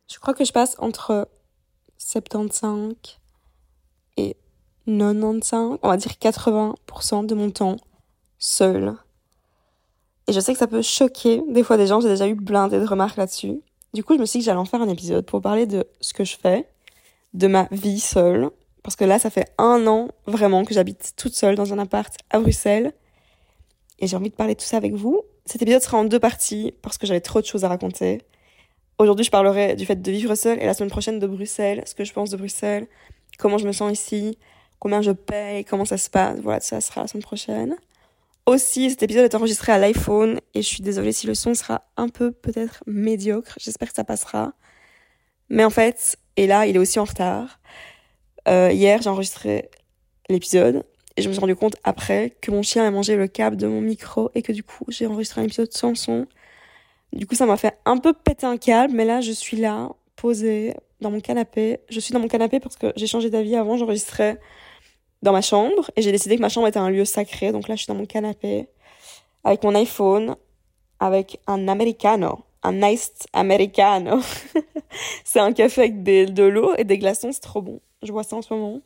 Je crois que je passe entre 75 et 95, on va dire 80% de mon temps seule. Et je sais que ça peut choquer des fois des gens, j'ai déjà eu blindé de remarques là-dessus. Du coup, je me suis dit que j'allais en faire un épisode pour parler de ce que je fais, de ma vie seule. Parce que là, ça fait 1 an vraiment que j'habite toute seule dans un appart à Bruxelles. Et j'ai envie de parler de tout ça avec vous. Cet épisode sera en 2 parties parce que j'avais trop de choses à raconter. Aujourd'hui, je parlerai du fait de vivre seule et la semaine prochaine de Bruxelles, ce que je pense de Bruxelles, comment je me sens ici, combien je paye, comment ça se passe. Voilà, ça sera la semaine prochaine. Aussi, cet épisode est enregistré à l'iPhone et je suis désolée si le son sera un peu peut-être médiocre. J'espère que ça passera. Mais en fait, et là, il est aussi en retard. Hier, j'ai enregistré l'épisode et je me suis rendu compte après que mon chien a mangé le câble de mon micro et que du coup, j'ai enregistré un épisode sans son. Du coup, ça m'a fait un peu péter un câble, mais là, je suis là, posée, dans mon canapé. Je suis dans mon canapé parce que j'ai changé d'avis. Avant, j'enregistrais dans ma chambre et j'ai décidé que ma chambre était un lieu sacré. Donc là, je suis dans mon canapé avec mon iPhone, avec un americano, un iced americano. C'est un café avec de l'eau et des glaçons, c'est trop bon. Je bois ça en ce moment.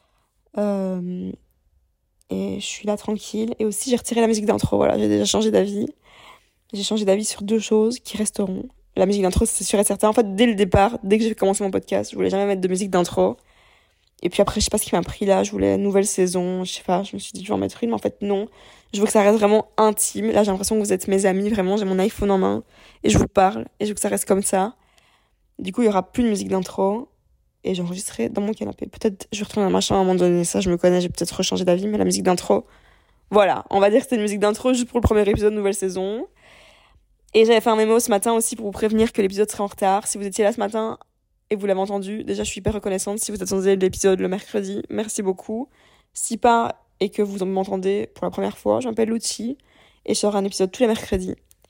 Et je suis là tranquille. Et aussi, j'ai retiré la musique d'intro. Voilà, j'ai déjà changé d'avis. J'ai changé d'avis sur 2 choses qui resteront. La musique d'intro, c'est sûr et certain. En fait, dès le départ, dès que j'ai commencé mon podcast, je voulais jamais mettre de musique d'intro. Et puis après, je sais pas ce qui m'a pris là. Je voulais une nouvelle saison. Je sais pas, je me suis dit, je vais en mettre une. Mais en fait, non. Je veux que ça reste vraiment intime. Là, j'ai l'impression que vous êtes mes amis. Vraiment, j'ai mon iPhone en main. Et je vous parle. Et je veux que ça reste comme ça. Du coup, il y aura plus de musique d'intro. Et j'enregistrerai dans mon canapé. Peut-être, je vais retourner dans ma chambre à un moment donné. Ça, je me connais. J'ai peut-être rechangé d'avis. Mais la musique d'intro, voilà. On va dire que c'était une musique d'intro juste pour le premier épisode de nouvelle saison. Et j'avais fait un mémo ce matin aussi pour vous prévenir que l'épisode serait en retard. Si vous étiez là ce matin et vous l'avez entendu, déjà je suis hyper reconnaissante. Si vous attendez l'épisode le mercredi, merci beaucoup. Si pas et que vous m'entendez pour la première fois, je m'appelle Lucie et je sors un épisode tous les mercredis.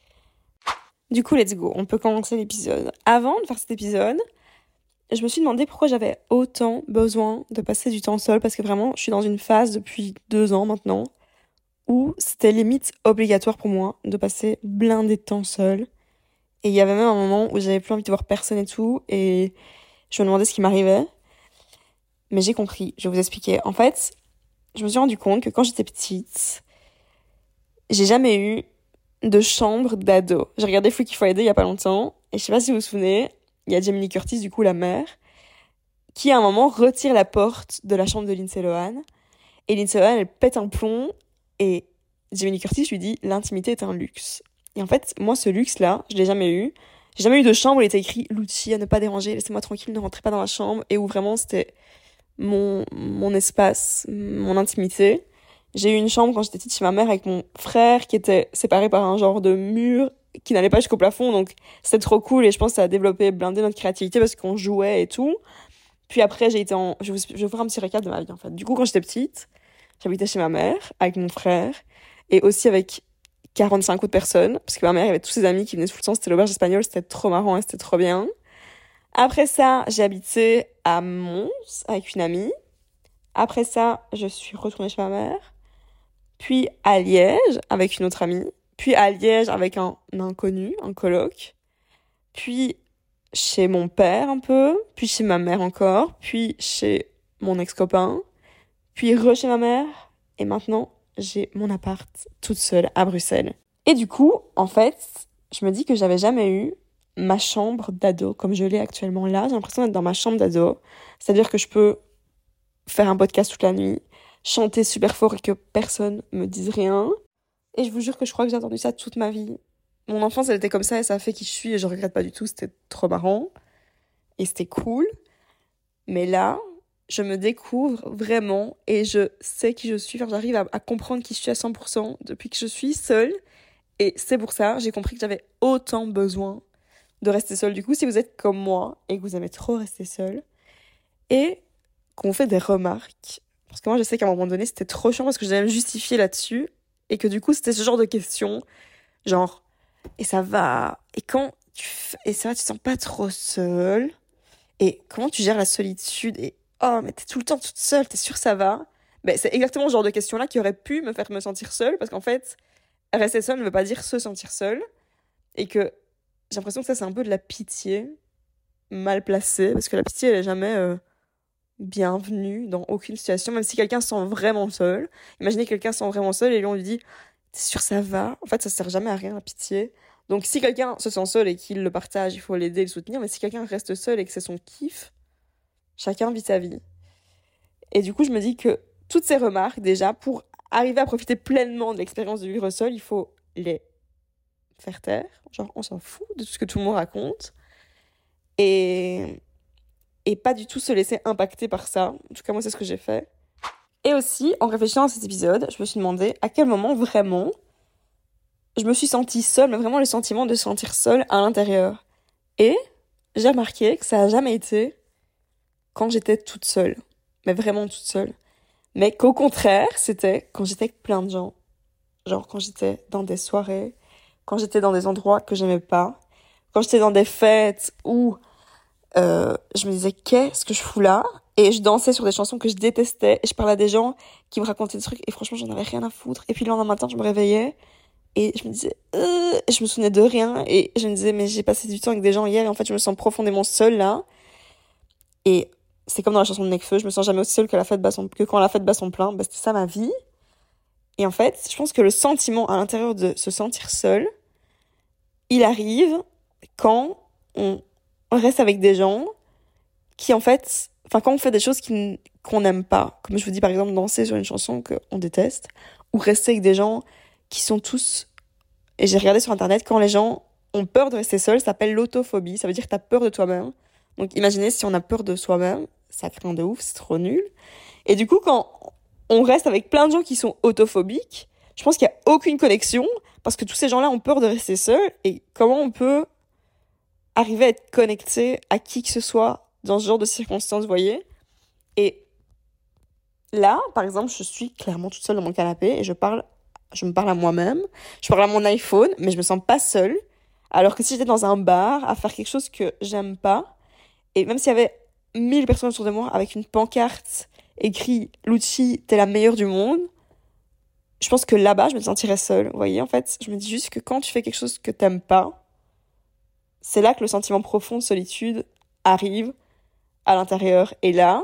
Du coup, let's go, on peut commencer l'épisode. Avant de faire cet épisode, je me suis demandé pourquoi j'avais autant besoin de passer du temps seule parce que vraiment, je suis dans une phase depuis 2 ans maintenant où c'était limite obligatoire pour moi de passer blindé de temps seule. Et il y avait même un moment où j'avais plus envie de voir personne et tout, et je me demandais ce qui m'arrivait. Mais j'ai compris, je vais vous expliquer. En fait, je me suis rendu compte que quand j'étais petite, j'ai jamais eu de chambre d'ado. J'ai regardé Freaky Friday il y a pas longtemps, et je sais pas si vous vous souvenez, il y a Jamie Lee Curtis, du coup la mère, qui à un moment retire la porte de la chambre de Lindsay Lohan, et Lindsay Lohan, elle pète un plomb, et Jamie Lee Curtis lui dit « L'intimité est un luxe ». Et en fait, moi, ce luxe-là, je l'ai jamais eu. J'ai jamais eu de chambre où il était écrit « Lucie, à ne pas déranger, laissez-moi tranquille, ne rentrez pas dans ma chambre ». Et où vraiment, c'était mon espace, mon intimité. J'ai eu une chambre quand j'étais petite chez ma mère avec mon frère qui était séparé par un genre de mur qui n'allait pas jusqu'au plafond. Donc, c'était trop cool et je pense que ça a développé, blindé notre créativité parce qu'on jouait et tout. Puis après, j'ai été en... Je vais vous faire un petit récap de ma vie, en fait. Du coup, quand j'étais petite, j'habitais chez ma mère avec mon frère et aussi avec 45 autres personnes, parce que ma mère avait tous ses amis qui venaient tout le temps, c'était l'auberge espagnole, c'était trop marrant et c'était trop bien. Après ça, j'ai habité à Mons avec une amie. Après ça, je suis retournée chez ma mère. Puis à Liège avec une autre amie. Puis à Liège avec un inconnu, un coloc. Puis chez mon père un peu. Puis chez ma mère encore. Puis chez mon ex-copain. Puis chez ma mère. Et maintenant, j'ai mon appart toute seule à Bruxelles. Et du coup, en fait, je me dis que j'avais jamais eu ma chambre d'ado comme je l'ai actuellement là. J'ai l'impression d'être dans ma chambre d'ado. C'est-à-dire que je peux faire un podcast toute la nuit, chanter super fort et que personne me dise rien. Et je vous jure que je crois que j'ai attendu ça toute ma vie. Mon enfance, elle était comme ça et ça a fait qui je suis et je regrette pas du tout. C'était trop marrant. Et c'était cool. Mais là, je me découvre vraiment et je sais qui je suis. Enfin, j'arrive à comprendre qui je suis à 100% depuis que je suis seule. Et c'est pour ça, j'ai compris que j'avais autant besoin de rester seule. Du coup, si vous êtes comme moi et que vous aimez trop rester seule et qu'on fait des remarques, parce que moi, je sais qu'à un moment donné, c'était trop chiant parce que je devais me justifier là-dessus et que du coup, c'était ce genre de questions, genre, et ça va, et quand et ça va, tu te sens pas trop seule, et comment tu gères la solitude, et oh, mais t'es tout le temps toute seule, t'es sûre ça va? Ben, c'est exactement ce genre de questions-là qui aurait pu me faire me sentir seule parce qu'en fait, rester seule ne veut pas dire se sentir seule. Et que j'ai l'impression que ça, c'est un peu de la pitié. mal placée, parce que la pitié, elle est jamais bienvenue dans aucune situation, même si quelqu'un se sent vraiment seul. Imaginez que quelqu'un se sent vraiment seul et lui on lui dit t'es sûr ça va? En fait, ça sert jamais à rien, la pitié. Donc si quelqu'un se sent seul et qu'il le partage, il faut l'aider, le soutenir, mais si quelqu'un reste seul et que c'est son kiff, chacun vit sa vie. Et du coup, je me dis que toutes ces remarques, déjà, pour arriver à profiter pleinement de l'expérience de vivre seul, il faut les faire taire. Genre, on s'en fout de tout ce que tout le monde raconte. Et pas du tout se laisser impacter par ça. En tout cas, moi, c'est ce que j'ai fait. Et aussi, en réfléchissant à cet épisode, je me suis demandé à quel moment vraiment je me suis sentie seule, mais vraiment le sentiment de se sentir seule à l'intérieur. Et j'ai remarqué que ça n'a jamais été quand j'étais toute seule. Mais vraiment toute seule. Mais qu'au contraire, c'était quand j'étais avec plein de gens. Genre quand j'étais dans des soirées, quand j'étais dans des endroits que j'aimais pas, quand j'étais dans des fêtes où je me disais qu'est-ce que je fous là, et je dansais sur des chansons que je détestais, et je parlais à des gens qui me racontaient des trucs, et franchement j'en avais rien à foutre. Et puis le lendemain matin, je me réveillais, et je me disais, et je me souvenais de rien, et je me disais, mais j'ai passé du temps avec des gens hier, et en fait je me sens profondément seule là. Et c'est comme dans la chanson de Nekfeu, je me sens jamais aussi seule que quand la fête bat son plein. Bah, c'était ça ma vie. Et en fait, je pense que le sentiment à l'intérieur de se sentir seul, il arrive quand on reste avec des gens qui, en fait, quand on fait des choses qu'on n'aime pas. Comme je vous dis, par exemple, danser sur une chanson qu'on déteste, ou rester avec des gens qui sont tous... Et j'ai regardé sur Internet, quand les gens ont peur de rester seuls, ça s'appelle l'autophobie. Ça veut dire que t'as peur de toi-même. Donc imaginez si on a peur de soi-même, ça craint de ouf, c'est trop nul. Et du coup, quand on reste avec plein de gens qui sont autophobiques, je pense qu'il n'y a aucune connexion, parce que tous ces gens-là ont peur de rester seuls, et comment on peut arriver à être connecté à qui que ce soit dans ce genre de circonstances, vous voyez. Et là, par exemple, je suis clairement toute seule dans mon canapé, et je me parle à moi-même, je parle à mon iPhone, mais je me sens pas seule, alors que si j'étais dans un bar à faire quelque chose que j'aime pas, et même s'il y avait 1000 personnes autour de moi avec une pancarte écrit Lucci, t'es la meilleure du monde, je pense que là-bas, je me sentirais seule. Vous voyez, en fait, je me dis juste que quand tu fais quelque chose que t'aimes pas, c'est là que le sentiment profond de solitude arrive à l'intérieur. Et là,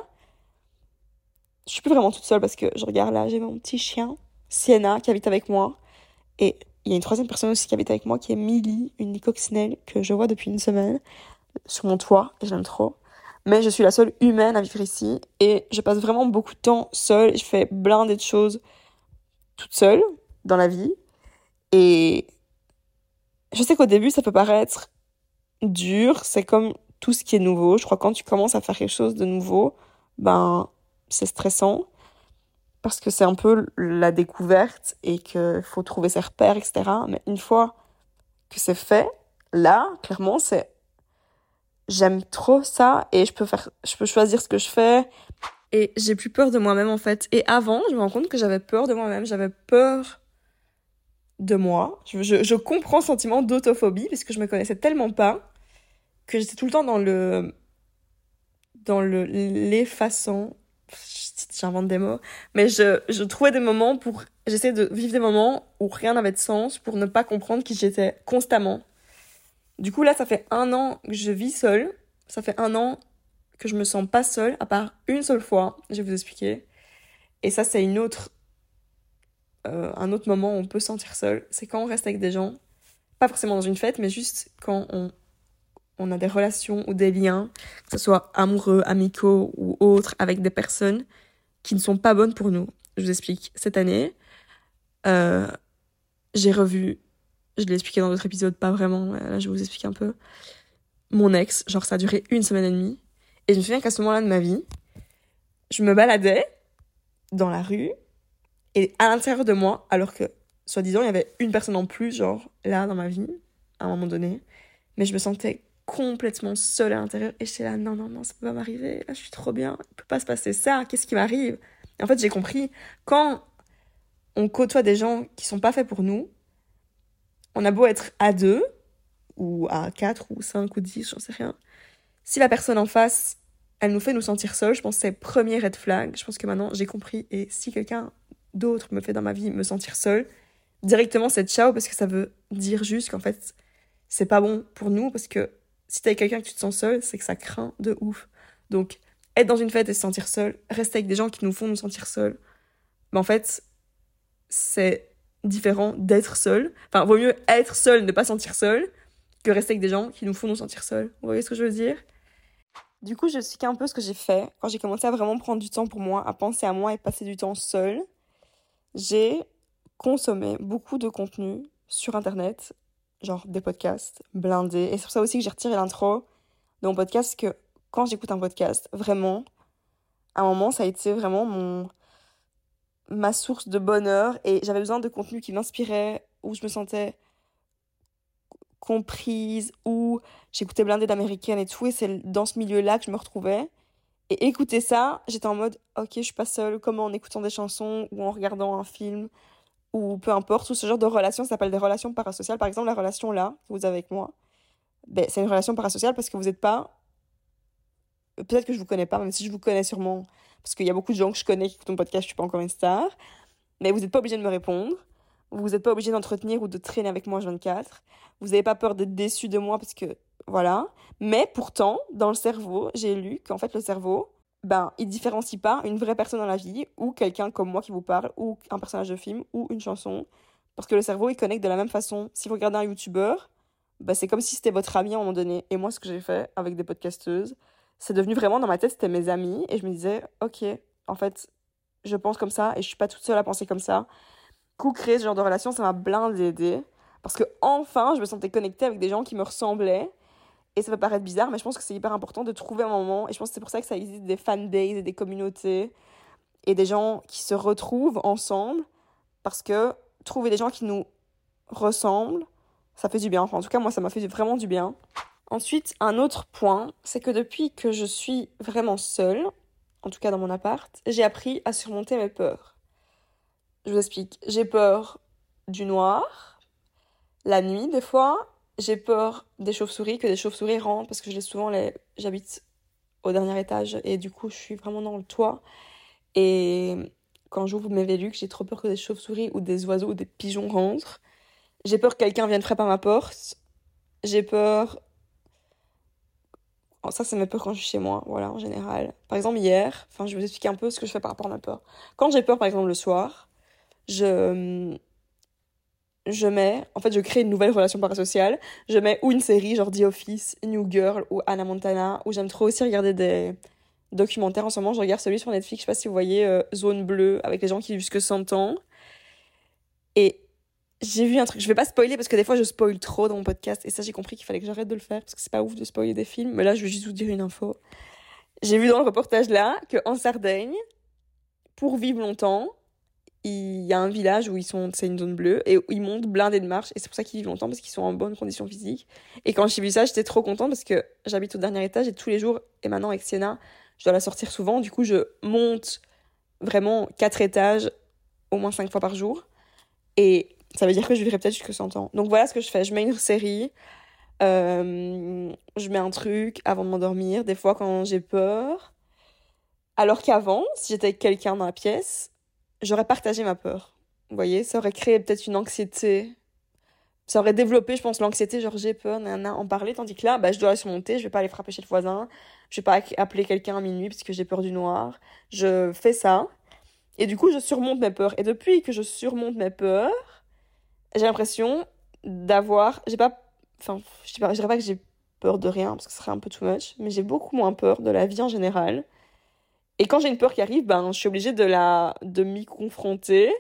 je suis plus vraiment toute seule parce que je regarde là, j'ai mon petit chien, Sienna, qui habite avec moi. Et il y a une troisième personne aussi qui habite avec moi, qui est Millie, une coccinelle que je vois depuis une semaine sur mon toit, et je l'aime trop. Mais je suis la seule humaine à vivre ici, et je passe vraiment beaucoup de temps seule, je fais blindé de choses toute seule dans la vie. Et je sais qu'au début, ça peut paraître dur, c'est comme tout ce qui est nouveau. Je crois que quand tu commences à faire quelque chose de nouveau, ben, c'est stressant, parce que c'est un peu la découverte, et qu'il faut trouver ses repères, etc. Mais une fois que c'est fait, là, clairement, j'aime trop ça, et je peux choisir ce que je fais, et j'ai plus peur de moi-même, en fait. Et avant, je me rends compte que j'avais peur de moi-même, j'avais peur de moi. Je comprends ce sentiment d'autophobie, parce que je me connaissais tellement pas, que j'étais tout le temps dans l'effaçant. J'invente des mots. Mais je trouvais des moments j'essayais de vivre des moments où rien n'avait de sens, pour ne pas comprendre qui j'étais constamment. Du coup, là, ça fait 1 an que je vis seule. Ça fait 1 an que je me sens pas seule, à part une seule fois. Je vais vous expliquer. Et ça, c'est un autre moment où on peut se sentir seul. C'est quand on reste avec des gens. Pas forcément dans une fête, mais juste quand on a des relations ou des liens, que ce soit amoureux, amicaux ou autres, avec des personnes qui ne sont pas bonnes pour nous. Je vous explique. Cette année, j'ai revu, je l'ai expliqué dans d'autres épisodes, pas vraiment, mais là je vais vous expliquer un peu, mon ex. Genre ça a duré 1 semaine et demie. Et je me souviens qu'à ce moment-là de ma vie, je me baladais dans la rue, et à l'intérieur de moi, alors que, soi-disant, il y avait une personne en plus, genre, là, dans ma vie, à un moment donné, mais je me sentais complètement seule à l'intérieur, et j'étais là, non, non, non, ça peut pas m'arriver, là, je suis trop bien, il peut pas se passer ça, qu'est-ce qui m'arrive? Et en fait, j'ai compris, quand on côtoie des gens qui sont pas faits pour nous, on a beau être à 2, ou à 4, ou 5, ou 10, j'en sais rien, si la personne en face, elle nous fait nous sentir seuls, je pense que c'est premier red flag. Je pense que maintenant, j'ai compris, et si quelqu'un d'autre me fait dans ma vie me sentir seule, directement c'est ciao, parce que ça veut dire juste qu'en fait c'est pas bon pour nous, parce que si t'es avec quelqu'un que tu te sens seul, c'est que ça craint de ouf. Donc, être dans une fête et se sentir seul, rester avec des gens qui nous font nous sentir seuls, ben en fait, c'est différent d'être seul. Enfin, vaut mieux être seul, ne pas sentir seul, que rester avec des gens qui nous font nous sentir seuls. Vous voyez ce que je veux dire? Du coup, je explique un peu ce que j'ai fait quand j'ai commencé à vraiment prendre du temps pour moi, à penser à moi et passer du temps seul. J'ai consommé beaucoup de contenu sur Internet, genre des podcasts blindés. Et c'est pour ça aussi que j'ai retiré l'intro de mon podcast, que quand j'écoute un podcast, vraiment, à un moment, ça a été vraiment ma source de bonheur. Et j'avais besoin de contenu qui m'inspirait, où je me sentais comprise, où j'écoutais blindé d'américaines et tout. Et c'est dans ce milieu-là que je me retrouvais. Et écouter ça, j'étais en mode, ok, je suis pas seule, comme en écoutant des chansons ou en regardant un film, ou peu importe, ou ce genre de relation, ça s'appelle des relations parasociales. Par exemple, la relation là, que vous avez avec moi, ben, c'est une relation parasociale parce que vous n'êtes pas... Peut-être que je vous connais pas, même si je vous connais sûrement, parce qu'il y a beaucoup de gens que je connais qui écoutent mon podcast, je suis pas encore une star, mais vous n'êtes pas obligé de me répondre, vous n'êtes pas obligé d'entretenir ou de traîner avec moi H24, vous n'avez pas peur d'être déçu de moi parce que, voilà. Mais pourtant, dans le cerveau, j'ai lu qu'en fait, le cerveau, ben, il différencie pas une vraie personne dans la vie, ou quelqu'un comme moi qui vous parle, ou un personnage de film, ou une chanson, parce que le cerveau, il connecte de la même façon. Si vous regardez un youtubeur, ben, c'est comme si c'était votre ami à un moment donné. Et moi, ce que j'ai fait avec des podcasteuses, c'est devenu vraiment, dans ma tête, c'était mes amis, et je me disais, ok, en fait, je pense comme ça, et je suis pas toute seule à penser comme ça. Créer ce genre de relation, ça m'a blindé aidé. Parce que enfin, je me sentais connectée avec des gens qui me ressemblaient. Et ça peut paraître bizarre, mais je pense que c'est hyper important de trouver un moment. Et je pense que c'est pour ça que ça existe des fanbases et des communautés. Et des gens qui se retrouvent ensemble. Parce que trouver des gens qui nous ressemblent, ça fait du bien. Enfin, en tout cas, moi, ça m'a fait vraiment du bien. Ensuite, un autre point, c'est que depuis que je suis vraiment seule, en tout cas dans mon appart, j'ai appris à surmonter mes peurs. Je vous explique. J'ai peur du noir, la nuit des fois. J'ai peur des chauves-souris, que des chauves-souris rentrent, parce que j'habite au dernier étage et du coup je suis vraiment dans le toit. Et quand j'ouvre mes Velux, j'ai trop peur que des chauves-souris ou des oiseaux ou des pigeons rentrent. J'ai peur que quelqu'un vienne frapper à ma porte. J'ai peur... Oh, ça, c'est mes peurs quand je suis chez moi, voilà, en général. Par exemple, hier, je vais vous expliquer un peu ce que je fais par rapport à ma peur. Quand j'ai peur, par exemple, le soir, je crée une nouvelle relation parasociale. Je mets ou une série, genre The Office, New Girl ou Hannah Montana, ou j'aime trop aussi regarder des documentaires. En ce moment, je regarde celui sur Netflix, je sais pas si vous voyez, Zone Bleue, avec les gens qui vivent jusque 100 ans. Et j'ai vu un truc, je vais pas spoiler parce que des fois je spoil trop dans mon podcast, et ça j'ai compris qu'il fallait que j'arrête de le faire parce que c'est pas ouf de spoiler des films, mais là je vais juste vous dire une info. J'ai vu dans le reportage là qu'en Sardaigne, pour vivre longtemps, il y a un village où c'est une zone bleue, et où ils montent blindés de marche, et c'est pour ça qu'ils vivent longtemps, parce qu'ils sont en bonne condition physique. Et quand j'ai vu ça, j'étais trop contente parce que j'habite au dernier étage, et tous les jours, et maintenant avec Sienna, je dois la sortir souvent, du coup je monte vraiment 4 étages, au moins 5 fois par jour, et ça veut dire que je vivrai peut-être jusque 100 ans. Donc voilà ce que je fais, je mets une série, je mets un truc avant de m'endormir, des fois quand j'ai peur, alors qu'avant, si j'étais avec quelqu'un dans la pièce, j'aurais partagé ma peur. Vous voyez, ça aurait créé peut-être une anxiété. Ça aurait développé, je pense, l'anxiété, genre j'ai peur, en parler, tandis que là, je dois la surmonter, je vais pas aller frapper chez le voisin, je vais pas appeler quelqu'un à minuit parce que j'ai peur du noir. Je fais ça, et du coup, je surmonte mes peurs. Et depuis que je surmonte mes peurs, j'ai l'impression je dirais pas que j'ai peur de rien, parce que ce serait un peu too much, mais j'ai beaucoup moins peur de la vie en général. Et quand j'ai une peur qui arrive, je suis obligée de m'y confronter.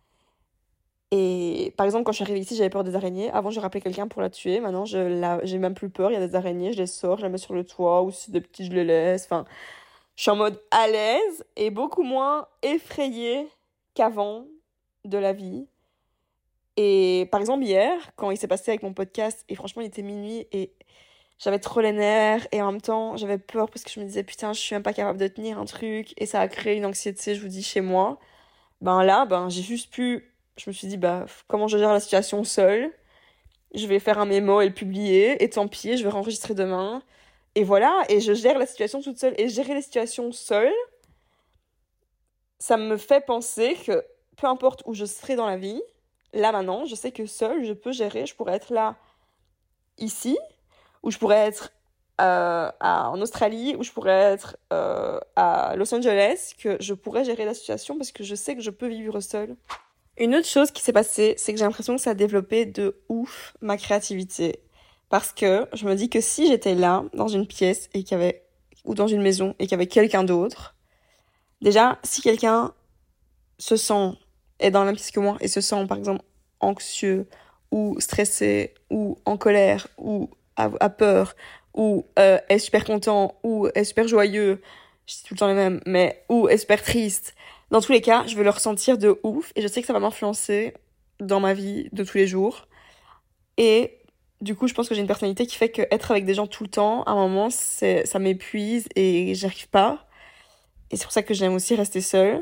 Et par exemple, quand je suis arrivée ici, j'avais peur des araignées. Avant, je rappelais quelqu'un pour la tuer. Maintenant, j'ai même plus peur. Il y a des araignées, je les sors, je les mets sur le toit, ou si c'est des petites, je les laisse. Enfin, je suis en mode à l'aise et beaucoup moins effrayée qu'avant de la vie. Et par exemple, hier, quand il s'est passé avec mon podcast, et franchement, il était minuit, et j'avais trop les nerfs, et en même temps, j'avais peur parce que je me disais, putain, je suis même pas capable de tenir un truc, et ça a créé une anxiété, je vous dis, chez moi. J'ai juste je me suis dit, comment je gère la situation seule? Je vais faire un mémo et le publier, et tant pis, je vais enregistrer demain. Et voilà, et je gère la situation toute seule. Et gérer les situations seule, ça me fait penser que peu importe où je serai dans la vie, là maintenant, je sais que seule, je peux gérer, je pourrais être là, ici, ou je pourrais être en Australie, ou je pourrais être à Los Angeles, que je pourrais gérer la situation parce que je sais que je peux vivre seule. Une autre chose qui s'est passée, c'est que j'ai l'impression que ça a développé de ouf ma créativité. Parce que je me dis que si j'étais là, dans une pièce, ou dans une maison, et qu'il y avait quelqu'un d'autre, déjà, si quelqu'un est dans la même pièce que moi, et se sent, par exemple, anxieux, ou stressé, ou en colère, ou a peur, ou est super content, ou est super joyeux, je dis tout le temps les mêmes, mais ou est super triste. Dans tous les cas, je vais le ressentir de ouf et je sais que ça va m'influencer dans ma vie de tous les jours. Et du coup, je pense que j'ai une personnalité qui fait que être avec des gens tout le temps, à un moment, ça m'épuise et j'arrive pas. Et c'est pour ça que j'aime aussi rester seule.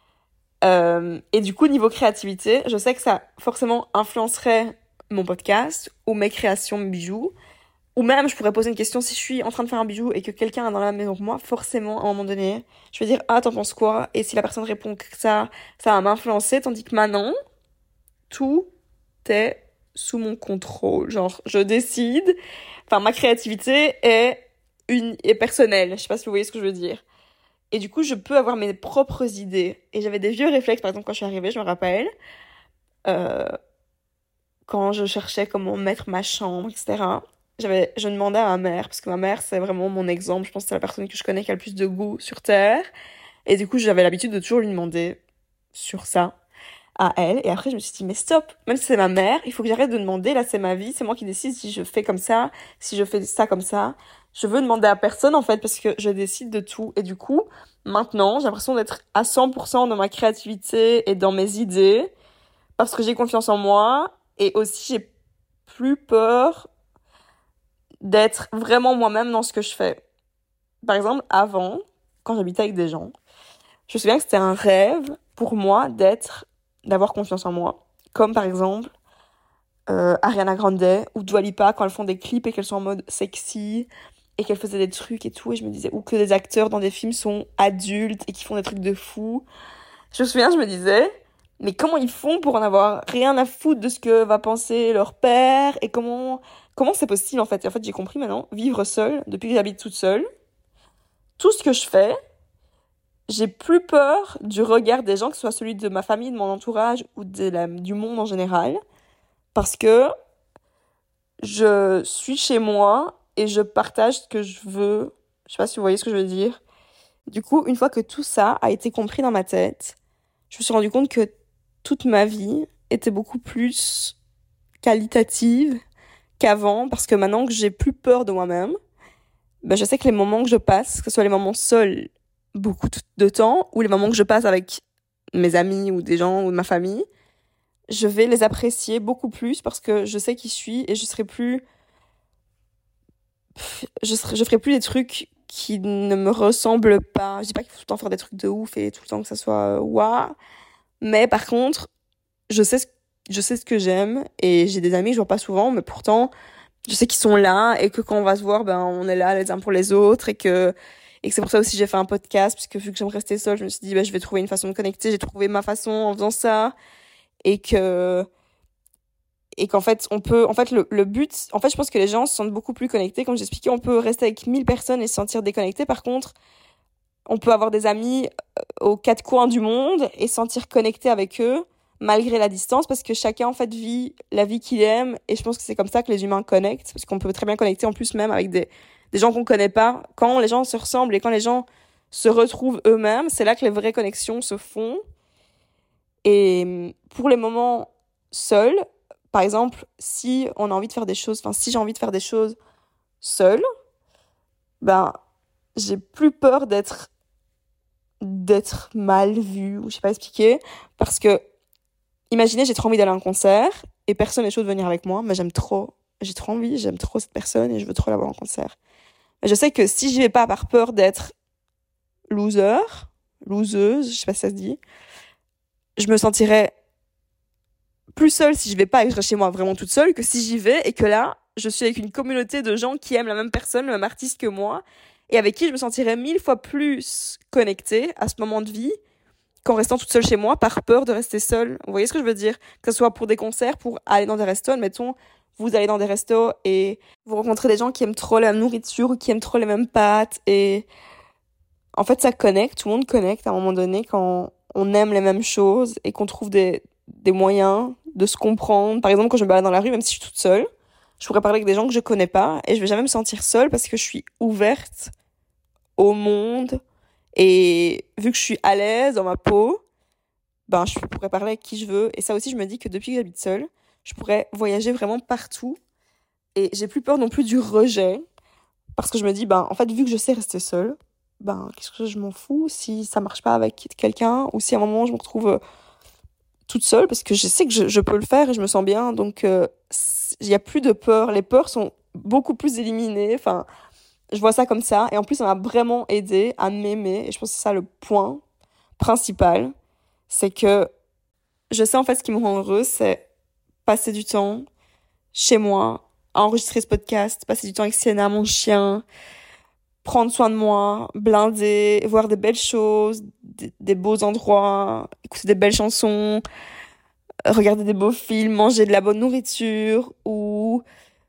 Et du coup, niveau créativité, je sais que ça forcément influencerait mon podcast ou mes créations de bijoux. Ou même, je pourrais poser une question si je suis en train de faire un bijou et que quelqu'un est dans la même maison que moi, forcément, à un moment donné, je vais dire, ah, t'en penses quoi? Et si la personne répond que ça va m'influencer, tandis que maintenant, tout est sous mon contrôle. Genre, je décide, enfin, ma créativité est personnelle. Je sais pas si vous voyez ce que je veux dire. Et du coup, je peux avoir mes propres idées. Et j'avais des vieux réflexes, par exemple, quand je suis arrivée, je me rappelle, euh, quand je cherchais comment mettre ma chambre, etc., je demandais à ma mère, parce que ma mère, c'est vraiment mon exemple. Je pense que c'est la personne que je connais qui a le plus de goût sur Terre. Et du coup, j'avais l'habitude de toujours lui demander sur ça à elle. Et après, je me suis dit, mais stop, même si c'est ma mère, il faut que j'arrête de demander. Là, c'est ma vie, c'est moi qui décide si je fais comme ça, si je fais ça comme ça. Je veux demander à personne, en fait, parce que je décide de tout. Et du coup, maintenant, j'ai l'impression d'être à 100% dans ma créativité et dans mes idées, parce que j'ai confiance en moi. Et aussi, j'ai plus peur d'être vraiment moi-même dans ce que je fais. Par exemple, avant, quand j'habitais avec des gens, je me souviens que c'était un rêve pour moi d'avoir confiance en moi. Comme par exemple, Ariana Grande ou Dua Lipa quand elles font des clips et qu'elles sont en mode sexy et qu'elles faisaient des trucs et tout. Et je me disais, ou que des acteurs dans des films sont adultes et qui font des trucs de fou. Je me souviens, je me disais, mais comment ils font pour en avoir rien à foutre de ce que va penser leur père et comment c'est possible en fait. Et en fait, j'ai compris maintenant, vivre seule, depuis que j'habite toute seule, tout ce que je fais, j'ai plus peur du regard des gens, que ce soit celui de ma famille, de mon entourage ou du monde en général, parce que je suis chez moi et je partage ce que je veux. Je sais pas si vous voyez ce que je veux dire. Du coup, une fois que tout ça a été compris dans ma tête, je me suis rendu compte que toute ma vie était beaucoup plus qualitative qu'avant, parce que maintenant que j'ai plus peur de moi-même, ben je sais que les moments que je passe, que ce soit les moments seuls beaucoup de temps, ou les moments que je passe avec mes amis ou des gens ou de ma famille, je vais les apprécier beaucoup plus parce que je sais qui je suis et je ferai plus des trucs qui ne me ressemblent pas. Je dis pas qu'il faut tout le temps faire des trucs de ouf et tout le temps que ça soit waouh, mais par contre, je sais ce que j'aime et j'ai des amis que je vois pas souvent, mais pourtant je sais qu'ils sont là et que quand on va se voir, ben on est là les uns pour les autres et que c'est pour ça aussi que j'ai fait un podcast, parce que vu que j'aime rester seule, je me suis dit ben je vais trouver une façon de connecter, j'ai trouvé ma façon en faisant ça et qu'en fait le but, en fait je pense que les gens se sentent beaucoup plus connectés. Comme j'expliquais, on peut rester avec 1000 personnes et se sentir déconnecté. Par contre, on peut avoir des amis aux quatre coins du monde et se sentir connecté avec eux malgré la distance, parce que chacun en fait vit la vie qu'il aime, et je pense que c'est comme ça que les humains connectent, parce qu'on peut très bien connecter en plus même avec des gens qu'on connaît pas. Quand les gens se ressemblent et quand les gens se retrouvent eux-mêmes, c'est là que les vraies connexions se font. Et pour les moments seuls, par exemple, si on a envie de faire des choses, enfin si j'ai envie de faire des choses seule, ben j'ai plus peur d'être mal vue, ou je sais pas expliquer, parce que imaginez, j'ai trop envie d'aller à un concert et personne n'est chaud de venir avec moi, mais j'ai trop envie, j'aime trop cette personne et je veux trop la voir en concert. Mais je sais que si j'y vais pas par peur d'être loseuse, je sais pas si ça se dit, je me sentirais plus seule si je vais pas et que je reste chez moi vraiment toute seule, que si j'y vais et que là, je suis avec une communauté de gens qui aiment la même personne, le même artiste que moi, et avec qui je me sentirais 1000 fois plus connectée à ce moment de vie qu'en restant toute seule chez moi par peur de rester seule. Vous voyez ce que je veux dire? Que ce soit pour des concerts, pour aller dans des restos, mettons, vous allez dans des restos et vous rencontrez des gens qui aiment trop la même nourriture ou qui aiment trop les mêmes pâtes. Et en fait, ça connecte, tout le monde connecte à un moment donné quand on aime les mêmes choses et qu'on trouve des moyens de se comprendre. Par exemple, quand je me balade dans la rue, même si je suis toute seule, je pourrais parler avec des gens que je connais pas et je vais jamais me sentir seule parce que je suis ouverte au monde. Et vu que je suis à l'aise dans ma peau, ben, je pourrais parler avec qui je veux. Et ça aussi, je me dis que depuis que j'habite seule, je pourrais voyager vraiment partout. Et j'ai plus peur non plus du rejet. Parce que je me dis, ben, en fait, vu que je sais rester seule, ben, qu'est-ce que je m'en fous si ça marche pas avec quelqu'un ou si à un moment je me retrouve toute seule parce que je sais que je peux le faire et je me sens bien. Donc, il y a plus de peur. Les peurs sont beaucoup plus éliminées. Enfin, je vois ça comme ça. Et en plus, ça m'a vraiment aidé à m'aimer. Et je pense que c'est ça le point principal. C'est que je sais en fait ce qui me rend heureuse, c'est passer du temps chez moi, à enregistrer ce podcast, passer du temps avec Sienna, mon chien, prendre soin de moi, blinder, voir des belles choses, des beaux endroits, écouter des belles chansons, regarder des beaux films, manger de la bonne nourriture ou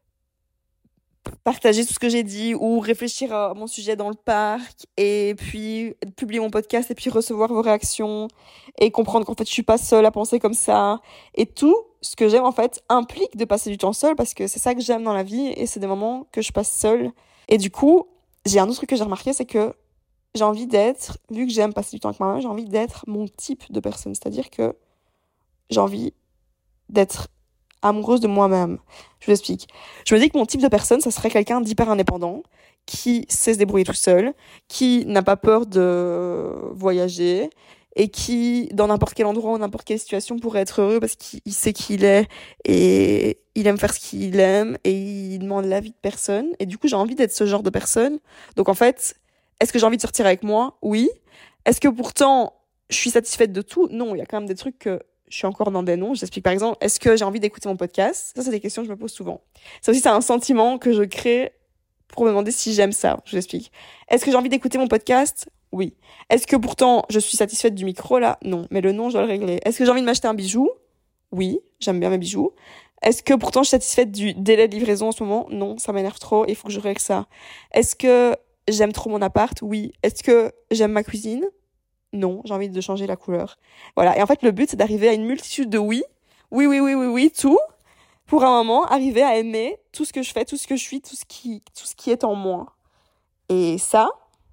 partager tout ce que j'ai dit ou réfléchir à mon sujet dans le parc et puis publier mon podcast et puis recevoir vos réactions et comprendre qu'en fait je suis pas seule à penser comme ça et tout ce que j'aime en fait implique de passer du temps seule parce que c'est ça que j'aime dans la vie et c'est des moments que je passe seule et du coup j'ai un autre truc que j'ai remarqué, c'est que j'ai envie d'être, vu que j'aime passer du temps avec moi-même, j'ai envie d'être mon type de personne, c'est-à-dire que j'ai envie d'être amoureuse de moi-même. Je vous explique. Je me dis que mon type de personne, ça serait quelqu'un d'hyper indépendant, qui sait se débrouiller tout seul, qui n'a pas peur de voyager, et qui, dans n'importe quel endroit ou n'importe quelle situation, pourrait être heureux parce qu'il sait qui il est, et il aime faire ce qu'il aime, et il demande l'avis de personne. Et du coup, j'ai envie d'être ce genre de personne. Donc en fait, est-ce que j'ai envie de sortir avec moi? Oui. Est-ce que pourtant, je suis satisfaite de tout? Non, il y a quand même des trucs que je suis encore dans des noms. J'explique par exemple, est-ce que j'ai envie d'écouter mon podcast? Ça, c'est des questions que je me pose souvent. Ça aussi, c'est un sentiment que je crée pour me demander si j'aime ça. Je vous explique. Est-ce que j'ai envie d'écouter mon podcast? Oui. Est-ce que pourtant, je suis satisfaite du micro là? Non. Mais le nom, je dois le régler. Est-ce que j'ai envie de m'acheter un bijou? Oui. J'aime bien mes bijoux. Est-ce que pourtant, je suis satisfaite du délai de livraison en ce moment? Non. Ça m'énerve trop. Il faut que je règle ça. Est-ce que j'aime trop mon appart? Oui. Est-ce que j'aime ma cuisine? Non, j'ai envie de changer la couleur. Voilà. Et en fait, le but, c'est d'arriver à une multitude de oui. Oui, oui, oui, oui, oui, tout. Pour un moment, arriver à aimer tout ce que je fais, tout ce que je suis, tout ce qui est en moi. Et ça,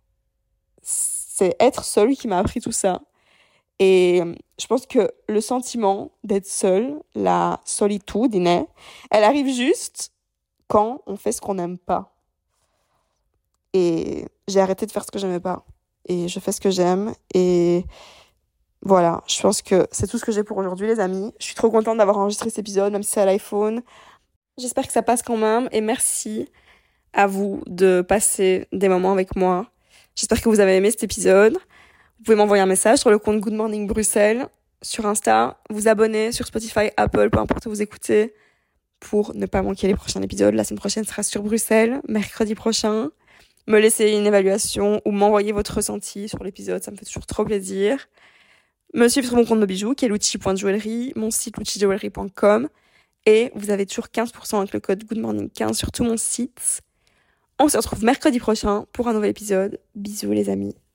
c'est être seule qui m'a appris tout ça. Et je pense que le sentiment d'être seule, la solitude, elle arrive juste quand on fait ce qu'on n'aime pas. Et j'ai arrêté de faire ce que j'aimais pas. Et je fais ce que j'aime. Et voilà, je pense que c'est tout ce que j'ai pour aujourd'hui, les amis. Je suis trop contente d'avoir enregistré cet épisode, même si c'est à l'iPhone. J'espère que ça passe quand même. Et merci à vous de passer des moments avec moi. J'espère que vous avez aimé cet épisode. Vous pouvez m'envoyer un message sur le compte Good Morning Bruxelles, sur Insta, vous abonner sur Spotify, Apple, peu importe où vous écoutez, pour ne pas manquer les prochains épisodes. La semaine prochaine sera sur Bruxelles, mercredi prochain. Me laisser une évaluation ou m'envoyer votre ressenti sur l'épisode, ça me fait toujours trop plaisir. Me suivre sur mon compte de bijoux, qui est lucci.joaillerie, mon site luccijoaillerie.com. Et vous avez toujours 15% avec le code GoodMorning15 sur tout mon site. On se retrouve mercredi prochain pour un nouvel épisode. Bisous les amis.